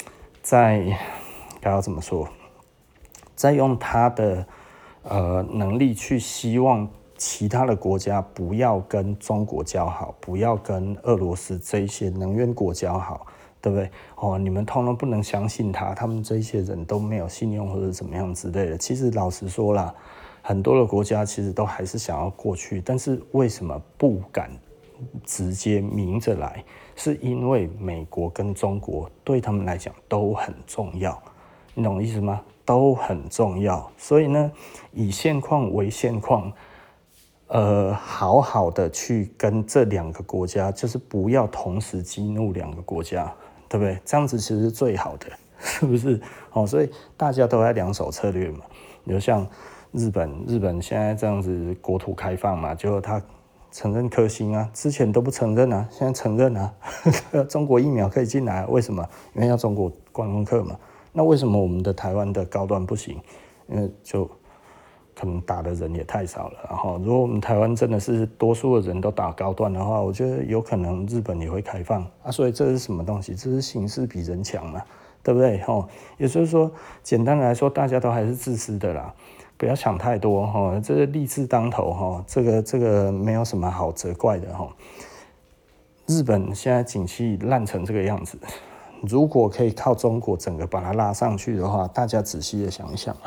该要怎么说？在用他的能力去希望其他的国家不要跟中国交好，不要跟俄罗斯这一些能源国交好，对不对？你们通通不能相信他们这些人都没有信用或者怎么样之类的。其实老实说啦，很多的国家其实都还是想要过去，但是为什么不敢直接明着来？是因为美国跟中国对他们来讲都很重要，你懂意思吗？都很重要，所以呢，以现况为现况，好好的去跟这两个国家，就是不要同时激怒两个国家，对不对？这样子其实是最好的，是不是？所以大家都在两手策略嘛。比如像日本现在这样子国土开放嘛，结果他承认科兴啊，之前都不承认啊，现在承认啊，中国疫苗可以进来，为什么？因为要中国观光客嘛。那为什么我们的台湾的高端不行？因为就可能打的人也太少了。然后，如果我们台湾真的是多数的人都打高端的话，我觉得有可能日本也会开放啊。所以这是什么东西？这是形势比人强嘛，对不对？也就是说，简单来说，大家都还是自私的啦，不要想太多这个利字当头这个没有什么好责怪的日本现在景气烂成这个样子。如果可以靠中国整个把它拉上去的话，大家仔细的想一想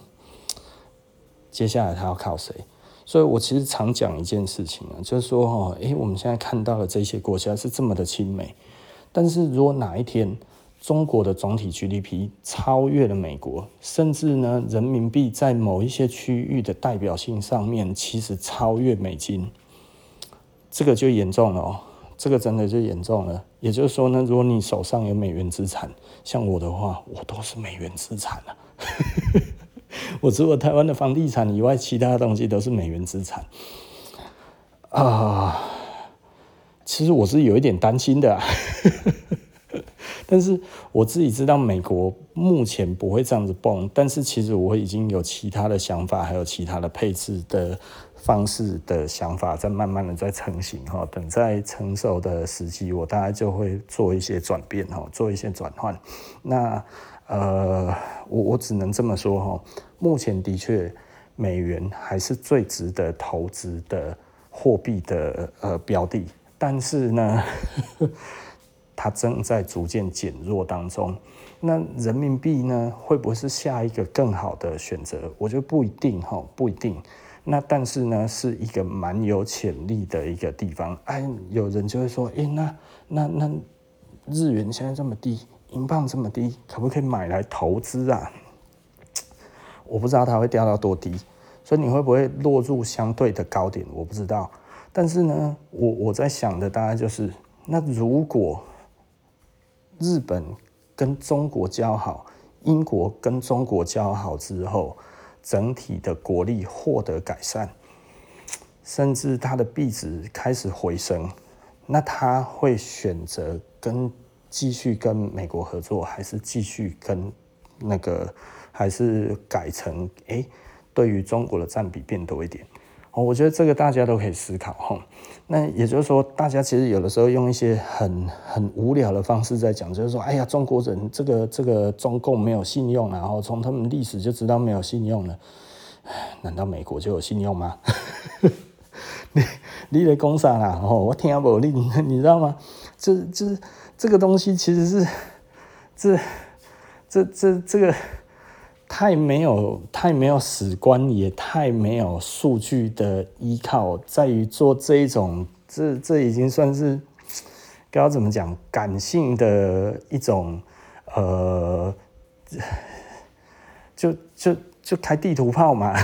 接下来他要靠谁？所以我其实常讲一件事情就是说我们现在看到的这些国家是这么的亲美，但是如果哪一天中国的总体 GDP 超越了美国，甚至呢人民币在某一些区域的代表性上面其实超越美金，这个就严重了这个真的就严重了。也就是说呢，如果你手上有美元资产，像我的话，我都是美元资产我除了台湾的房地产以外，其他的东西都是美元资产其实我是有一点担心的但是我自己知道美国目前不会这样子蹦，但是其实我已经有其他的想法，还有其他的配置的方式的想法在慢慢的在成型等在成熟的时机，我大概就会做一些转变做一些转换。那我只能这么说目前的确美元还是最值得投资的货币的标的，但是呢它正在逐渐减弱当中。那人民币呢，会不会是下一个更好的选择？我觉得不一定不一定。那但是呢，是一个蛮有潜力的一个地方。有人就会说，那日元现在这么低，英镑这么低，可不可以买来投资啊？我不知道它会掉到多低，所以你会不会落入相对的高点？我不知道。但是呢，我在想的大概就是，那如果日本跟中国交好，英国跟中国交好之后，整体的国力获得改善， 甚至它的币值开始回升，那他会选择继续跟美国合作，还是继续跟还是改成对于中国的占比变多一点？我觉得这个大家都可以思考。那也就是说，大家其实有的时候用一些很无聊的方式在讲，就是说，哎呀，中国人这个中共没有信用，然后从他们历史就知道没有信用了。难道美国就有信用吗？你在讲啥啦？我听不懂，你知道吗？就是这个东西其实是这个太没有史观，也太没有数据的依靠，在于做这一种这已经算是该怎么讲感性的一种就开地图炮嘛。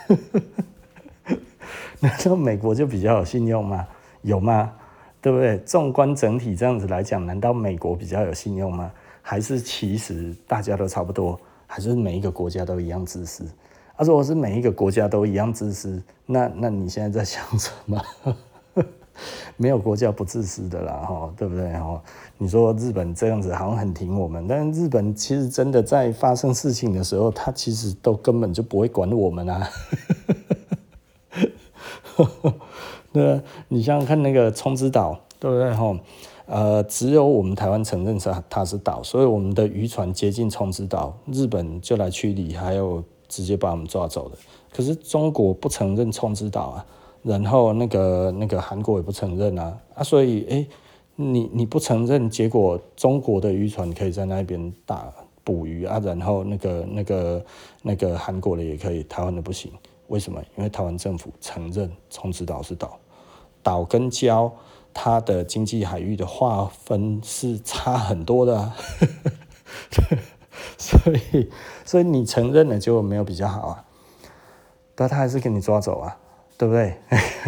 难道美国就比较有信用吗？有吗？对不对？纵观整体这样子来讲，难道美国比较有信用吗？还是其实大家都差不多？还是每一个国家都一样自私？如果是每一个国家都一样自私，那你现在在想什么？没有国家不自私的啦，对不对？你说日本这样子好像很挺我们，但是日本其实真的在发生事情的时候，他其实都根本就不会管我们啊。对，你想想看那个冲之岛，对不对？只有我们台湾承认它是岛，所以我们的渔船接近冲之岛，日本就来驱离，还有直接把我们抓走的。可是中国不承认冲之岛啊，然后那个韩国也不承认啊，所以你不承认，结果中国的渔船可以在那边捕鱼啊，然后那个韩国的也可以，台湾的不行。为什么？因为台湾政府承认冲之岛是岛，岛跟礁它的经济海域的划分是差很多的啊。所以你承认了就没有比较好啊，但他还是给你抓走啊，对不对？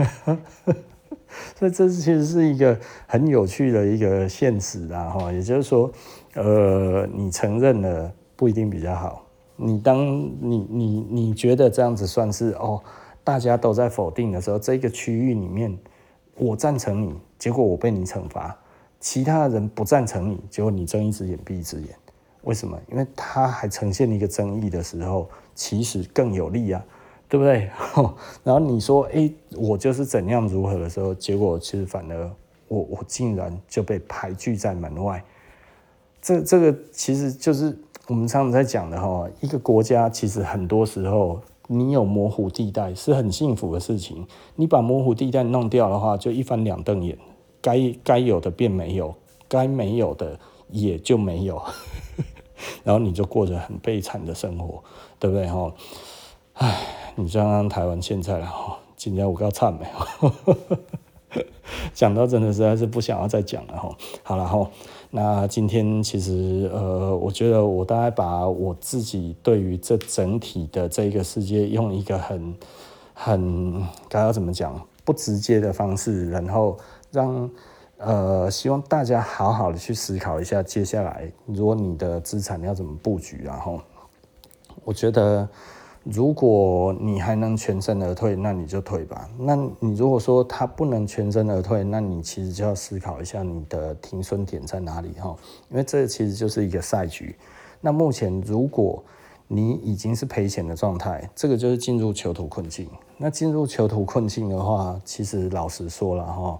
所以这其实是一个很有趣的一个现实啦，也就是说，你承认了不一定比较好。你觉得这样子算是大家都在否定的时候，这个区域里面我赞成你，结果我被你惩罚，其他人不赞成你，结果你睁一只眼闭一只眼。为什么？因为他还呈现一个争议的时候，其实更有利啊，对不对？然后你说我就是怎样如何的时候，结果其实反而我竟然就被排拒在门外。这个其实就是我们常常在讲的一个国家其实很多时候你有模糊地带是很幸福的事情，你把模糊地带弄掉的话，就一翻两瞪眼，该有的变没有，该没有的也就没有。然后你就过着很悲惨的生活，对不对？你像让台湾现在今天我够惨的，讲到真的实在是不想要再讲了。好了那今天其实我觉得我大概把我自己对于这整体的这个世界用一个很该要怎么讲不直接的方式，然后让希望大家好好的去思考一下，接下来如果你的资产要怎么布局，然后我觉得如果你还能全身而退，那你就退吧。那你如果说它不能全身而退，那你其实就要思考一下你的停损点在哪里，因为这其实就是一个赛局。那目前如果你已经是赔钱的状态，这个就是进入囚徒困境。那进入囚徒困境的话，其实老实说了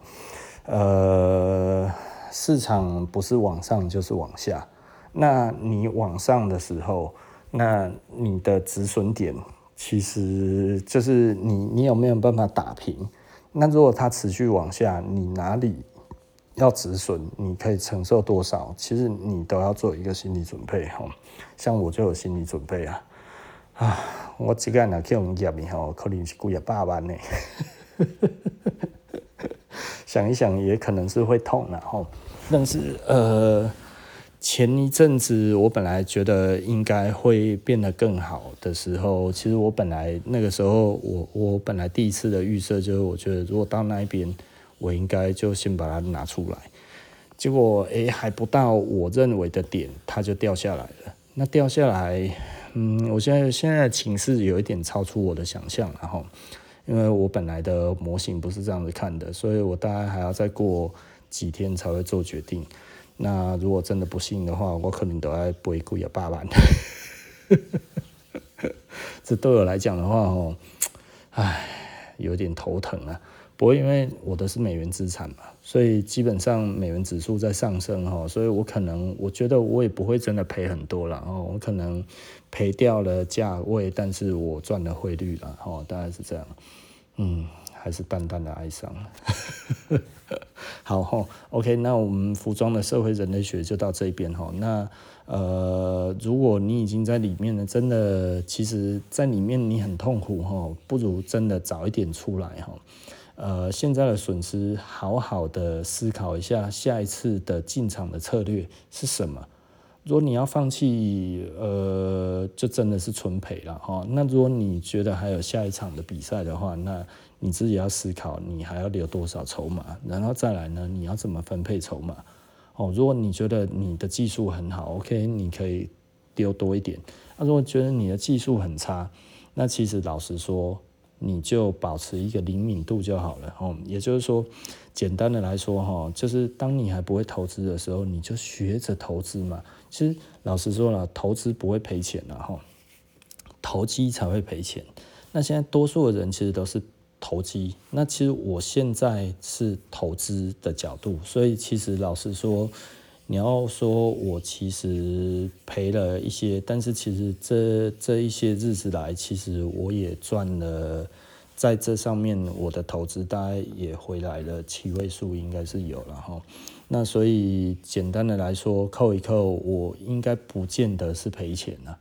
市场不是往上就是往下。那你往上的时候，那你的止损点其实就是你有没有办法打平。那如果它持续往下，你哪里要止损，你可以承受多少，其实你都要做一个心理准备。像我就有心理准备我这个人去用业可能是几百万呢。想一想也可能是会痛的但是前一阵子我本来觉得应该会变得更好的时候，其实我本来那个时候我本来第一次的预设就是我觉得如果到那一边我应该就先把它拿出来，结果还不到我认为的点它就掉下来了。那掉下来我现在的情势有一点超出我的想象因为我本来的模型不是这样子看的，所以我大概还要再过几天才会做决定。那如果真的不幸的话，我可能都要赔几啊百万。这对我来讲的话，有点头疼啊。不过因为我的是美元资产嘛，所以基本上美元指数在上升，所以我觉得我也不会真的赔很多啦，我可能赔掉了价位，但是我赚了汇率啦，大概是这样。还是淡淡的哀伤。好，OK， 那我们服装的社会人类学就到这边。那如果你已经在里面了，真的其实在里面你很痛苦，不如真的早一点出来。现在的损失好好的思考一下下一次的进场的策略是什么。如果你要放弃，就真的是纯赔了哈。那如果你觉得还有下一场的比赛的话，那你自己要思考，你还要留多少筹码，然后再来呢，你要怎么分配筹码。如果你觉得你的技术很好 ，OK， 你可以丢多一点。如果觉得你的技术很差，那其实老实说，你就保持一个灵敏度就好了。也就是说，简单的来说，就是当你还不会投资的时候，你就学着投资嘛。其实老实说了，投资不会赔钱啦，投机才会赔钱。那现在多数的人其实都是投机，那其实我现在是投资的角度，所以其实老实说，你要说我其实赔了一些，但是其实这一些日子来，其实我也赚了，在这上面我的投资大概也回来了7位数，应该是有了哈。那所以简单的来说，扣一扣，我应该不见得是赔钱了。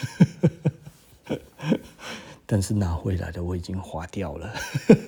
但是拿回来的我已经花掉了。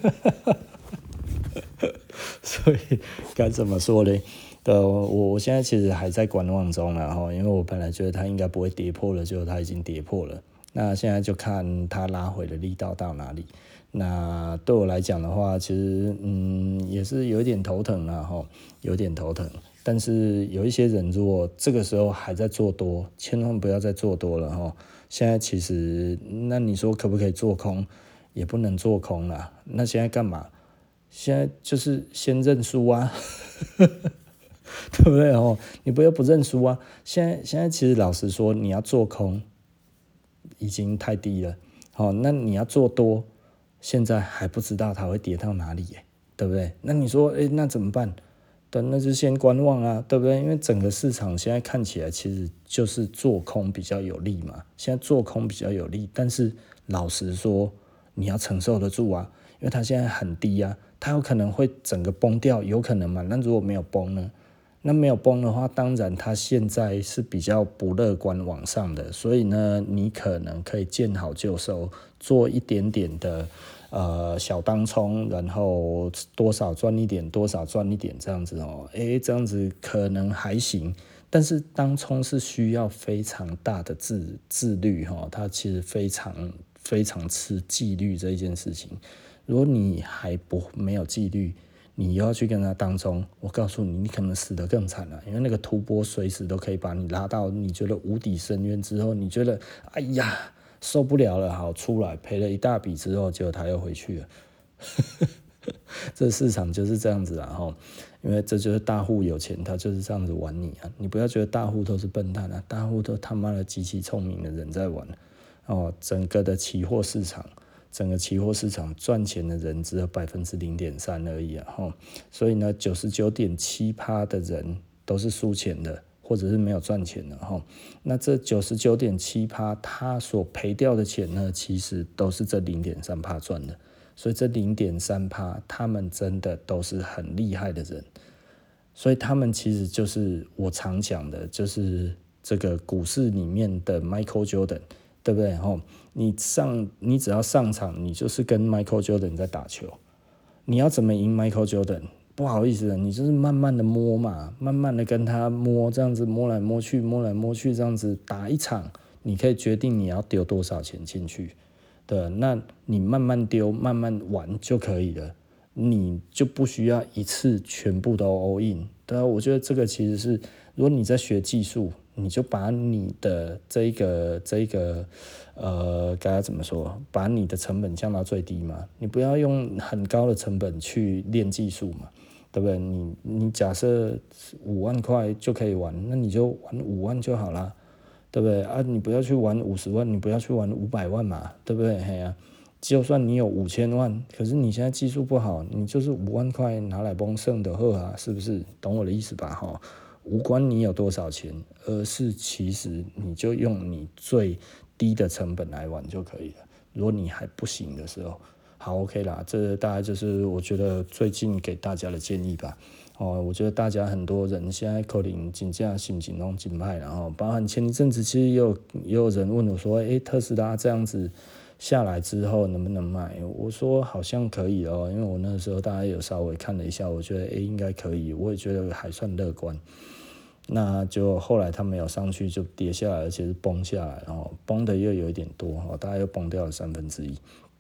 所以该怎么说呢？我现在其实还在观望中啦，因为我本来觉得它应该不会跌破了，结果它已经跌破了。那现在就看它拉回的力道到哪里。那对我来讲的话，其实也是有点头疼啦，有点头疼。但是有一些人如果这个时候还在做多，千万不要再做多了。现在其实那你说可不可以做空？也不能做空啦。那现在干嘛？现在就是先认输啊。对不对？你不要不认输啊。现在其实老实说，你要做空已经太低了。那你要做多，现在还不知道它会跌到哪里耶，对不对？那你说那怎么办？那就先观望啊，对不对？因为整个市场现在看起来其实就是做空比较有利嘛。现在做空比较有利，但是老实说，你要承受得住啊，因为它现在很低啊，它有可能会整个崩掉，有可能嘛。那如果没有崩呢？那没有崩的话，当然它现在是比较不乐观往上的，所以呢，你可能可以见好就收，做一点点的小当冲，然后多少赚一点，多少赚一点这样子这样子可能还行。但是当冲是需要非常大的自律它其实非常吃纪律这一件事情。如果你还没有纪律，你又要去跟他当冲，我告诉你，你可能死得更惨了，因为那个突波随时都可以把你拉到你觉得无底深渊之后，你觉得哎呀受不了了，好出来赔了一大笔之后，结果他又回去了。这市场就是这样子啦，因为这就是大户有钱，他就是这样子玩你啊！你不要觉得大户都是笨蛋啊，大户都他妈的极其聪明的人在玩整个期货市场赚钱的人只有 0.3% 而已啊，所以呢 99.7% 的人都是输钱的，或者是没有赚钱的那这 99.7% 他所赔掉的钱呢，其实都是这 0.3% 赚的，所以这 0.3% 他们真的都是很厉害的人，所以他们其实就是我常讲的，就是这个股市里面的 Michael Jordan，对不对？你只要上场，你就是跟 Michael Jordan 在打球。你要怎么赢 Michael Jordan？ 不好意思，你就是慢慢的摸嘛，慢慢的跟他摸，这样子摸来摸去，摸来摸去，这样子打一场，你可以决定你要丢多少钱进去。对，那你慢慢丢，慢慢玩就可以了，你就不需要一次全部都 all in。 对啊，我觉得这个其实是，如果你在学技术，你就把你的这一个该怎么说，把你的成本降到最低嘛，你不要用很高的成本去练技术嘛，对不对？你假设5万块就可以玩，那你就玩5万就好啦，对不对啊？你不要去玩50万，你不要去玩500万嘛，对不对？嘿啊，就算你有5000万，可是你现在技术不好，你就是5万块拿来帮剩的喝啊，是不是？懂我的意思吧？哈，无关你有多少钱，而是其实你就用你最低的成本来玩就可以了。如果你还不行的时候，好 OK 啦，这大概就是我觉得最近给大家的建议吧。我觉得大家很多人现在可能真正心情拢真歹，然后包含前一阵子其实也有人问我说，特斯拉这样子下来之后能不能买？我说好像可以哦，因为我那个时候大概有稍微看了一下，我觉得应该可以，我也觉得还算乐观。那就后来它没有上去就跌下来，而且是崩下来，然后崩的又有一点多，大概又崩掉了1/3。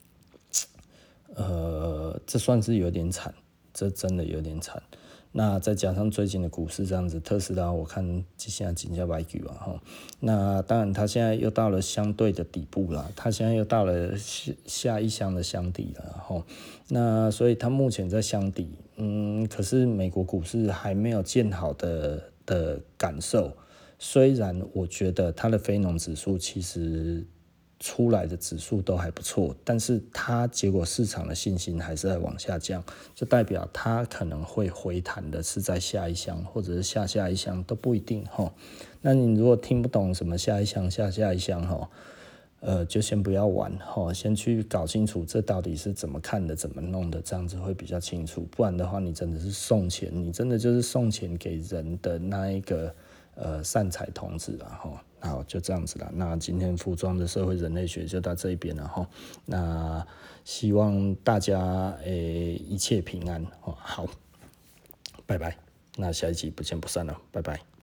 这算是有点惨，这真的有点惨。那再加上最近的股市这样子，特斯拉我看现在金价白股啊哈。那当然它现在又到了相对的底部啦，它现在又到了下一箱的箱底了哈。那所以它目前在箱底，可是美国股市还没有见好的感受。虽然我觉得它的非农指数其实出来的指数都还不错，但是它结果市场的信心还是在往下降，就代表它可能会回弹的是在下一箱或者是下一箱都不一定齁。那你如果听不懂什么下一箱下一箱齁，就先不要玩齁，先去搞清楚这到底是怎么看的怎么弄的，这样子会比较清楚。不然的话你真的是送钱，你真的就是送钱给人的那一个善财童子啦齁。好，就这样子啦。那今天服装的社会人类学就到这一边了齁。那希望大家一切平安齁。好，拜拜。那下一集不见不散了，拜拜。